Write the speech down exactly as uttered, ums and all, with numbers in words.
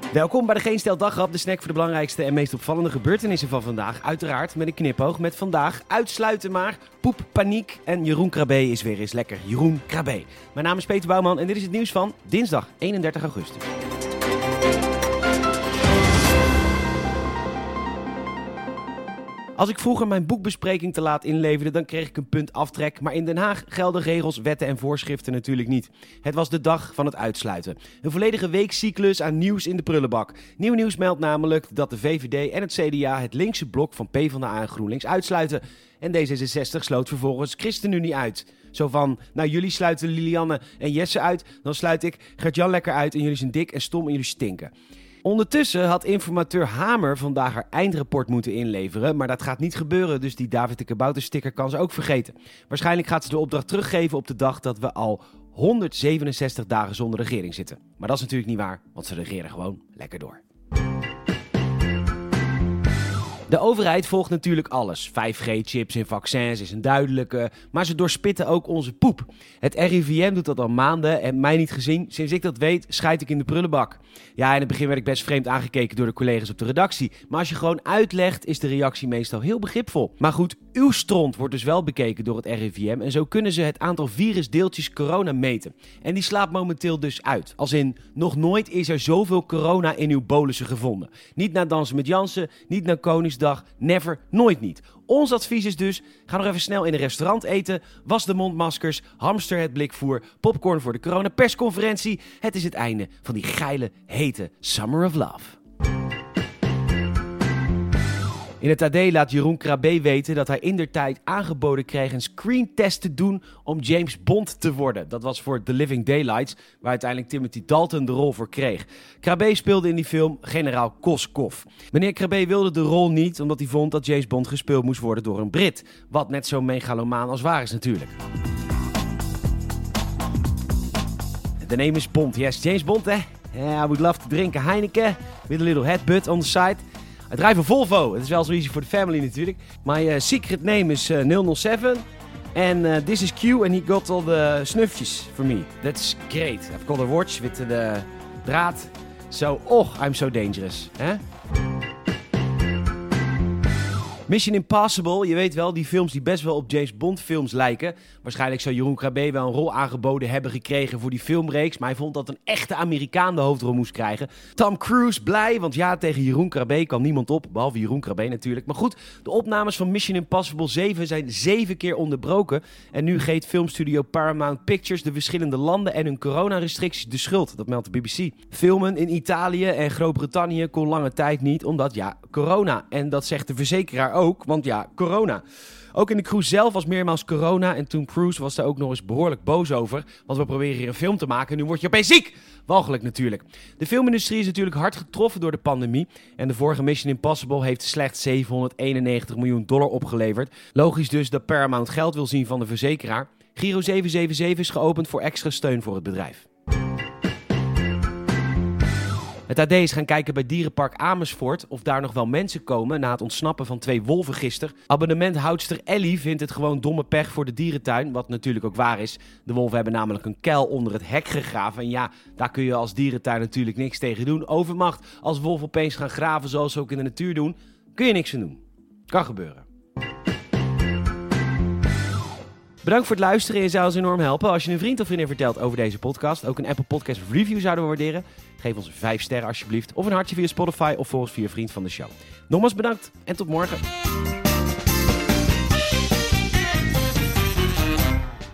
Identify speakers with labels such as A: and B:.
A: Welkom bij de Geen Stel Daggrap, de snack voor de belangrijkste en meest opvallende gebeurtenissen van vandaag. Uiteraard met een knipoog met vandaag uitsluiten maar, poep, paniek en Jeroen Krabbe is weer eens lekker. Jeroen Krabbe. Mijn naam is Peter Bouwman en dit is het nieuws van dinsdag eenendertig augustus. Als ik vroeger mijn boekbespreking te laat inleverde, dan kreeg ik een punt aftrek. Maar in Den Haag gelden regels, wetten en voorschriften natuurlijk niet. Het was de dag van het uitsluiten. Een volledige weekcyclus aan nieuws in de prullenbak. Nieuw nieuws meldt namelijk dat de V V D en het C D A het linkse blok van PvdA en GroenLinks uitsluiten. En D zesenzestig sloot vervolgens ChristenUnie uit. Zo van, nou jullie sluiten Lilianne en Jesse uit, dan sluit ik Gert-Jan lekker uit en jullie zijn dik en stom en jullie stinken. Ondertussen had informateur Hamer vandaag haar eindrapport moeten inleveren, maar dat gaat niet gebeuren, dus die David de Kabouter sticker kan ze ook vergeten. Waarschijnlijk gaat ze de opdracht teruggeven op de dag dat we al honderdzevenenzestig dagen zonder regering zitten. Maar dat is natuurlijk niet waar, want ze regeren gewoon lekker door. De overheid volgt natuurlijk alles. vijf G-chips in vaccins is een duidelijke, maar ze doorspitten ook onze poep. Het R I V M doet dat al maanden en mij niet gezien. Sinds ik dat weet, scheid ik in de prullenbak. Ja, in het begin werd ik best vreemd aangekeken door de collega's op de redactie. Maar als je gewoon uitlegt, is de reactie meestal heel begripvol. Maar goed, uw stront wordt dus wel bekeken door het R I V M en zo kunnen ze het aantal virusdeeltjes corona meten. En die slaat momenteel dus uit. Als in, nog nooit is er zoveel corona in uw bolussen gevonden. Niet na Dansen met Jansen, niet na Koningsdag, never, nooit niet. Ons advies is dus, ga nog even snel in een restaurant eten, was de mondmaskers, hamster het blikvoer, popcorn voor de coronapersconferentie. Het is het einde van die geile, hete Summer of Love. In het A D laat Jeroen Krabbe weten dat hij indertijd aangeboden kreeg een screentest te doen om James Bond te worden. Dat was voor The Living Daylights, waar uiteindelijk Timothy Dalton de rol voor kreeg. Krabbe speelde in die film generaal Koskov. Meneer Krabbe wilde de rol niet, omdat hij vond dat James Bond gespeeld moest worden door een Brit. Wat net zo megalomaan als waar is natuurlijk. The name is Bond. Yes, James Bond, hè? Yeah, I would love to drink a Heineken with a little headbutt on the side. I drive a Volvo. Het is wel zo easy for the family natuurlijk. My uh, secret name is uh, nul nul zeven. And uh, this is Q and he got all the snufjes for me. That's great. I've got a watch with the draad. So, oh, I'm so dangerous. Huh? Mission Impossible, je weet wel, die films die best wel op James Bond films lijken. Waarschijnlijk zou Jeroen Krabbe wel een rol aangeboden hebben gekregen voor die filmreeks, maar hij vond dat een echte Amerikaan de hoofdrol moest krijgen. Tom Cruise blij, want ja, tegen Jeroen Krabbe kan niemand op, behalve Jeroen Krabbe natuurlijk. Maar goed, de opnames van Mission Impossible zeven zijn zeven keer onderbroken en nu geeft filmstudio Paramount Pictures de verschillende landen en hun coronarestricties de schuld, dat meldt de B B C. Filmen in Italië en Groot-Brittannië kon lange tijd niet, omdat ja, corona. En dat zegt de verzekeraar ook, want ja, corona. Ook in de cruise zelf was meermaals corona en Tom Cruise was daar ook nog eens behoorlijk boos over. Want we proberen hier een film te maken en nu word je opeens ziek. Walgelijk natuurlijk. De filmindustrie is natuurlijk hard getroffen door de pandemie. En de vorige Mission Impossible heeft slechts zevenhonderdeenennegentig miljoen dollar opgeleverd. Logisch dus dat Paramount geld wil zien van de verzekeraar. Giro zeven zeven zeven is geopend voor extra steun voor het bedrijf. Het A D is gaan kijken bij dierenpark Amersfoort of daar nog wel mensen komen na het ontsnappen van twee wolven gisteren. Abonnementhoudster Ellie vindt het gewoon domme pech voor de dierentuin, wat natuurlijk ook waar is. De wolven hebben namelijk een kuil onder het hek gegraven en ja, daar kun je als dierentuin natuurlijk niks tegen doen. Overmacht, als wolven opeens gaan graven zoals ze ook in de natuur doen, kun je niks aan doen. Kan gebeuren. Bedankt voor het luisteren. Je zou ons enorm helpen als je een vriend of vriendin vertelt over deze podcast. Ook een Apple Podcast review zouden we waarderen. Geef ons vijf sterren alsjeblieft. Of een hartje via Spotify of volg ons via Vriend van de Show. Nogmaals bedankt en tot morgen.